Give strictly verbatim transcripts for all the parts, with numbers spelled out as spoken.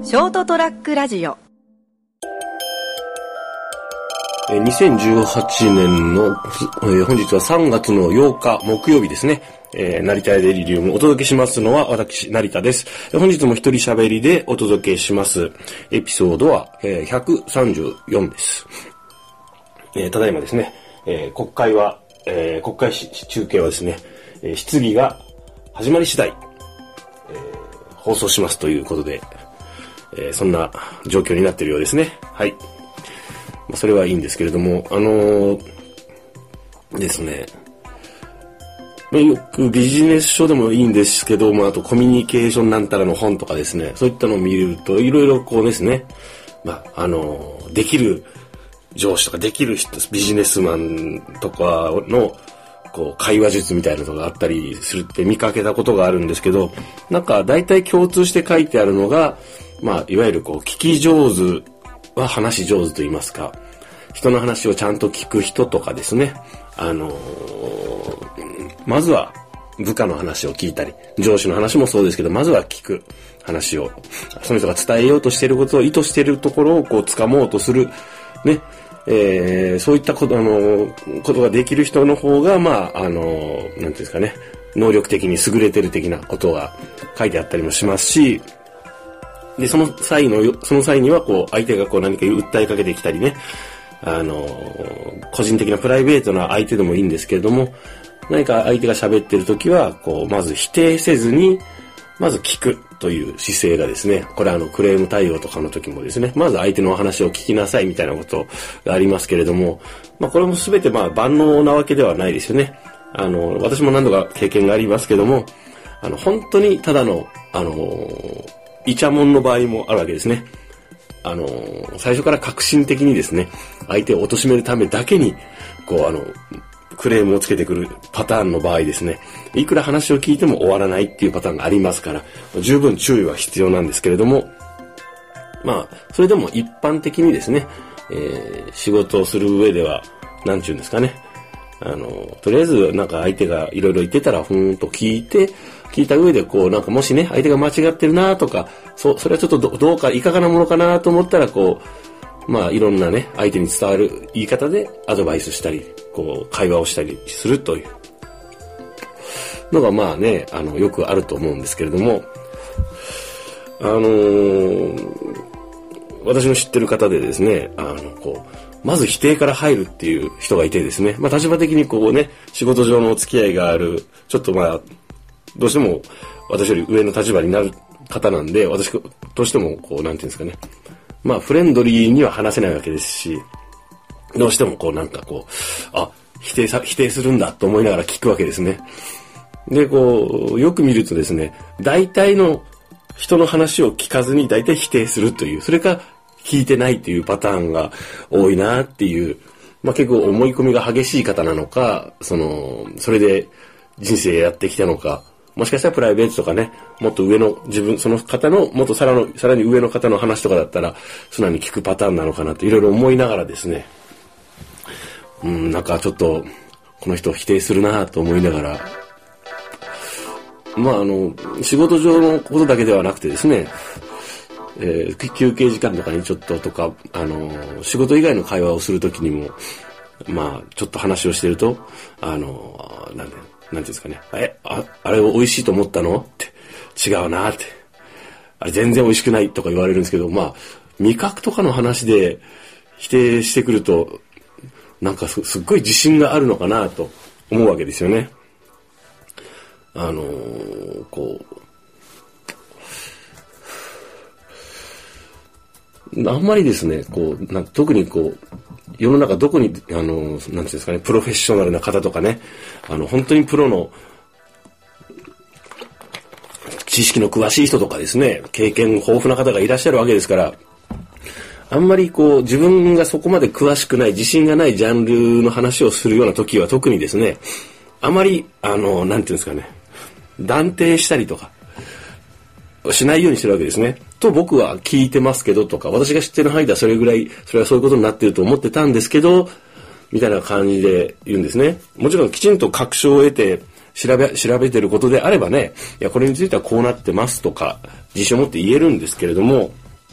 ショートトラックラジオ。 にせんじゅうはちねんの、えー、本日はさんがつのようか木曜日ですね。えー、成田デリリウムお届けしますのは私成田です。本日も一人喋りでお届けします。エピソードは、えー、ひゃくさんじゅうよんです。えー、ただいまですね、えー、国会は、えー、国会中継はですね、えー、質疑が始まり次第、えー、放送しますということで、えー、そんな状況になっているようですね。はい。まあ、それはいいんですけれども、あのー、ですね、よくビジネス書でもいいんですけども、あとコミュニケーションなんたらの本とかですね、そういったのを見ると、いろいろこうですね、まあ、あのー、できる上司とかできる人、ビジネスマンとかの、こう、会話術みたいなのがあったりするって見かけたことがあるんですけど、なんか大体共通して書いてあるのが、まあ、いわゆるこう、聞き上手は話し上手と言いますか、人の話をちゃんと聞く人とかですね、あのー、まずは部下の話を聞いたり、上司の話もそうですけど、まずは聞く話を、その人が伝えようとしていることを意図しているところをこう掴もうとする、ね、えー、そういったこと、あのー、ことができる人の方が、まあ、あのー、なんていうんですかね、能力的に優れてる的なことが書いてあったりもしますし、で、その際の、その際には、こう、相手がこう何か訴えかけてきたりね、あのー、個人的なプライベートな相手でもいいんですけれども、何か相手が喋ってるときは、こう、まず否定せずに、まず聞くという姿勢がですね、これあの、クレーム対応とかの時もですね、まず相手のお話を聞きなさいみたいなことがありますけれども、まあこれもすべてまあ万能なわけではないですよね。あの、私も何度か経験がありますけども、あの、本当にただの、あのー、イチャモンの場合もあるわけですね。あのー、最初から革新的にですね、相手を貶めるためだけに、こう、あの、クレームをつけてくるパターンの場合ですね、いくら話を聞いても終わらないっていうパターンがありますから、十分注意は必要なんですけれども、まあ、それでも一般的にですね、えー、仕事をする上では、なんちゅうんですかね、あの、とりあえずなんか相手がいろいろ言ってたらふーんと聞いて、聞いた上でこうなんかもしね、相手が間違ってるなとか、そ、それはちょっと ど, どうかいかがなものかなと思ったらこう、まあいろんなね、相手に伝わる言い方でアドバイスしたり、こう会話をしたりするというのがまあね、あの、よくあると思うんですけれども、あのー、私の知ってる方でですね、あの、こう、まず否定から入るっていう人がいてですね、まあ立場的にこうね、仕事上のお付き合いがある、ちょっとまあ、どうしても私より上の立場になる方なんで、私としてもこう、なんていうんですかね、まあフレンドリーには話せないわけですし、どうしてもこうなんかこう、あ、否定さ、否定するんだと思いながら聞くわけですね。で、こう、よく見るとですね、大体の人の話を聞かずに大体否定するという、それか聞いてないというパターンが多いなっていう、まあ結構思い込みが激しい方なのか、その、それで人生やってきたのか、もしかしたらプライベートとかね、もっと上の自分、その方の、もっとさらの、さらに上の方の話とかだったら、素直に聞くパターンなのかなといろいろ思いながらですね、うん、なんかちょっと、この人を否定するなと思いながら、まああの、仕事上のことだけではなくてですね、えー、休憩時間とかにちょっととか、あの、仕事以外の会話をするときにも、まあ、ちょっと話をしてると、あの、なんで、なんていうんですかね、え、あ、あれを美味しいと思ったのって違うなって、あれ全然美味しくないとか言われるんですけど、まあ、味覚とかの話で否定してくると、なんか す, すっごい自信があるのかなと思うわけですよね。あのー、こう、あんまりですね、こう、な特にこう、世の中どこに、あの、なんていうんですかね、プロフェッショナルな方とかね、あの、本当にプロの、知識の詳しい人とかですね、経験豊富な方がいらっしゃるわけですから、あんまりこう、自分がそこまで詳しくない、自信がないジャンルの話をするような時は特にですね、あまり、あの、なんていうんですかね、断定したりとか、しないようにしてるわけですね。と僕は聞いてますけどとか、私が知ってる範囲ではそれぐらい、それはそういうことになってると思ってたんですけど、みたいな感じで言うんですね。もちろんきちんと確証を得て調べ、調べてることであればね、いや、これについてはこうなってますとか、自信を持って言えるんですけれども、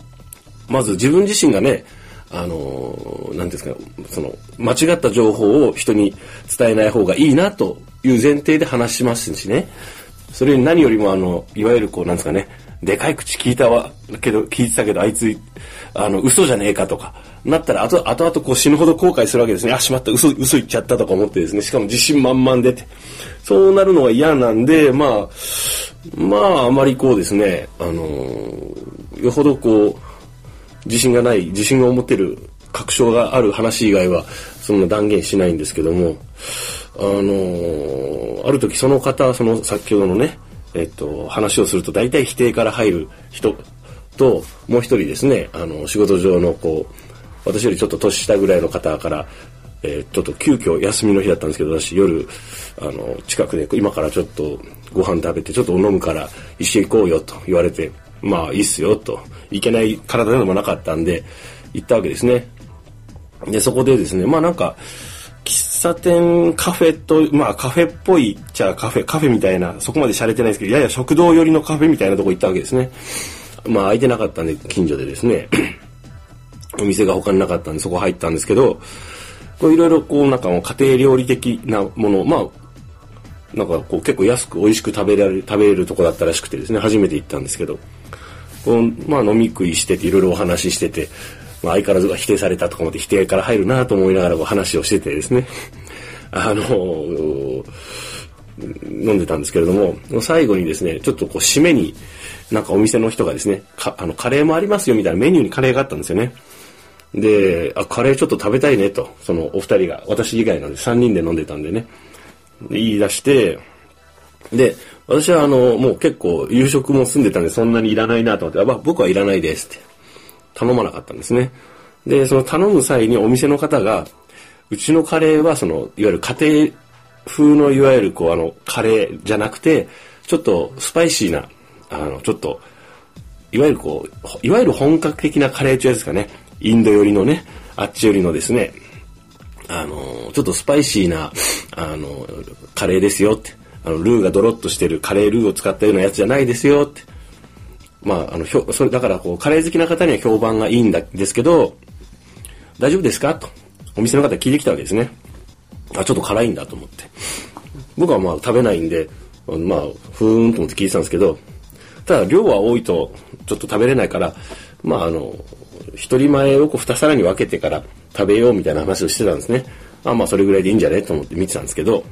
まず自分自身がね、あの、なんていうんですか、その、間違った情報を人に伝えない方がいいなという前提で話しますしね。それに何よりもあの、いわゆるこう、なんですかね、でかい口聞いたわ、けど、聞いてたけど、あいつ、あの、嘘じゃねえかとか、なったら、あと、後々こう死ぬほど後悔するわけですね。あ、しまった、嘘、嘘言っちゃったとか思ってですね。しかも自信満々でって。そうなるのが嫌なんで、まあ、まあ、あまりこうですね、あの、よほどこう、自信がない、自信を持ってる、確証がある話以外は、そんな断言しないんですけども、あの、ある時その方、その先ほどのね、えっと、話をすると大体否定から入る人と、もう一人ですね、あの、仕事上のこう、私よりちょっと年下ぐらいの方から、えー、ちょっと急遽休みの日だったんですけど、私夜、あの、近くで今からちょっとご飯食べてちょっと飲むから一緒に行こうよと言われて、まあいいっすよと、行けない体でもなかったんで、行ったわけですね。で、そこでですね、まあなんか、喫茶店カフェと、まあカフェっぽいじゃあカフェ、カフェみたいな、そこまで洒落てないですけど、やや食堂寄りのカフェみたいなとこ行ったわけですね。まあ空いてなかったんで、近所でですね、お店が他になかったんで、そこ入ったんですけど、こういろいろこうなんかもう家庭料理的なもの、まあ、なんかこう結構安く美味しく食べられる、食べれるとこだったらしくてですね、初めて行ったんですけど、こうまあ飲み食いしてていろいろお話ししてて、まあ、相変わらず否定されたとか思って否定から入るなと思いながらこう話をしててですね、あのー、飲んでたんですけれども、最後にですね、ちょっとこう締めになんかお店の人がですね、かあのカレーもありますよみたいなメニューにカレーがあったんですよね。で、あ、カレーちょっと食べたいねと、そのお二人が、私以外なんでさんにんで飲んでたんでね、で言い出して、で、私はあの、もう結構夕食も済んでたんでそんなにいらないなと思って、あ、まあ、僕はいらないですって頼まなかったんですね。で、その頼む際にお店の方が、うちのカレーはその、いわゆる家庭風のいわゆるこうあの、カレーじゃなくて、ちょっとスパイシーな、あの、ちょっと、いわゆるこう、いわゆる本格的なカレーというやつですかね。インド寄りのね、あっち寄りのですね、あの、ちょっとスパイシーな、あの、カレーですよって。あの、ルーがドロッとしてるカレールーを使ったようなやつじゃないですよって。まあ、あの、ひょ、それ、だからこう、カレー好きな方には評判がいいんだ、ですけど、大丈夫ですかと、お店の方聞いてきたわけですね。あ、ちょっと辛いんだと思って。僕はまあ、食べないんで、まあ、ふーんと思って聞いてたんですけど、ただ量は多いとちょっと食べれないから、まああの一人前をこう二皿に分けてから食べようみたいな話をしてたんですね。あ、まあそれぐらいでいいんじゃねと思って見てたんですけど、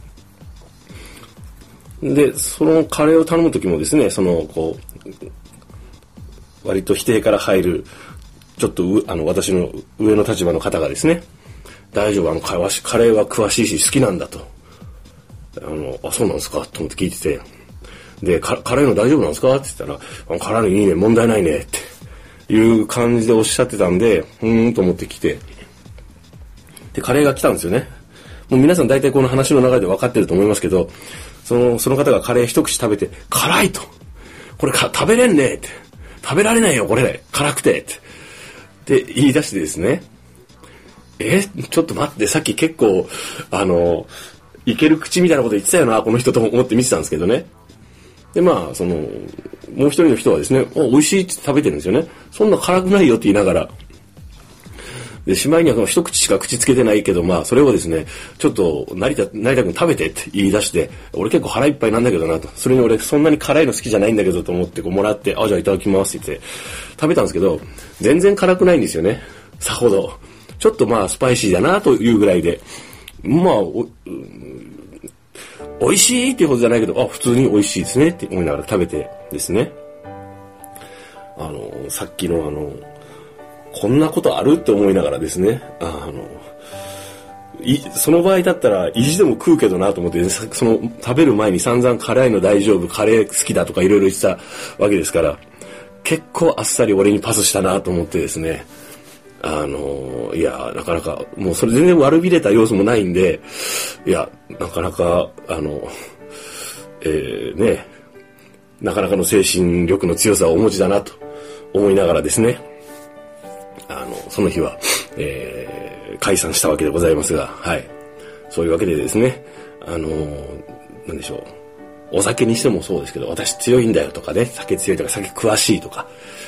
でそのカレーを頼む時もですね、そのこう割と否定から入るちょっとうあの私の上の立場の方がですね、大丈夫、あのカレーは詳しいし好きなんだと、あのあそうなんですかと思って聞いてて。で、か辛いの大丈夫なんですかって言ったら、辛いのいいね、問題ないねっていう感じでおっしゃってたんで、うーんと思ってきて、でカレーが来たんですよね。もう皆さん大体この話の中で分かってると思いますけど、そのその方がカレー一口食べて、辛いと、これか食べれんねって、食べられないよこれ辛くてってで言い出してですね、えちょっと待って、さっき結構あのいける口みたいなこと言ってたよなこの人と思って見てたんですけどね。で、まあ、その、もう一人の人はですね、お、美味しいって食べてるんですよね。そんな辛くないよって言いながら。で、しまいにはその一口しか口つけてないけど、まあ、それをですね、ちょっと、成田、成田君食べてって言い出して、俺結構腹いっぱいなんだけどなと。それに俺そんなに辛いの好きじゃないんだけどと思ってこうもらって、あ、じゃあいただきますって言って、食べたんですけど、全然辛くないんですよね。さほど。ちょっとまあ、スパイシーだなというぐらいで。まあ、お美味しいっていうことじゃないけど、あ、普通に美味しいですねって思いながら食べてですね。あの、さっきのあの、こんなことあるって思いながらですね、あの、いその場合だったら意地でも食うけどなと思って、ね、その食べる前に散々辛いの大丈夫、カレー好きだとかいろいろ言ってたわけですから、結構あっさり俺にパスしたなと思ってですね、あのいやなかなかもうそれ全然悪びれた要素もないんで、いやなかなかあのえー、ねなかなかの精神力の強さをお持ちだなと思いながらですね、あのその日は、えー、解散したわけでございますが、はい、そういうわけでですね、あのなんでしょう、お酒にしてもそうですけど、私強いんだよとかね、酒強いとか酒詳しいとか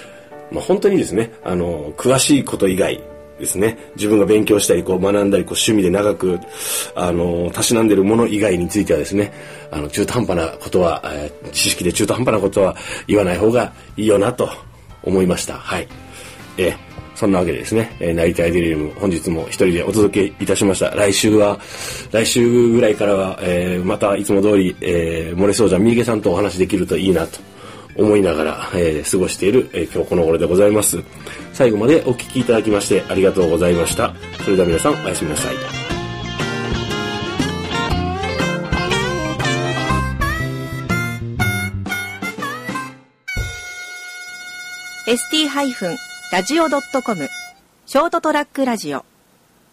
まあ、本当にですね、あの、詳しいこと以外ですね、自分が勉強したり、こう学んだり、こう趣味で長く、あの、たしなんでるもの以外についてはですね、あの、中途半端なことは、えー、知識で中途半端なことは言わない方がいいよなと思いました。はい。えー、そんなわけでですね、えー、なりたいデリリウム、本日も一人でお届けいたしました。来週は、来週ぐらいからは、えー、またいつも通り、えー、漏れそうじゃん、三池さんとお話できるといいなと思いながら、えー、過ごしている、えー、今日この頃でございます。最後までお聞きいただきましてありがとうございました。それでは皆さんおやすみなさい。 エスティー ラジオ ドットコム ショートトラックラジオ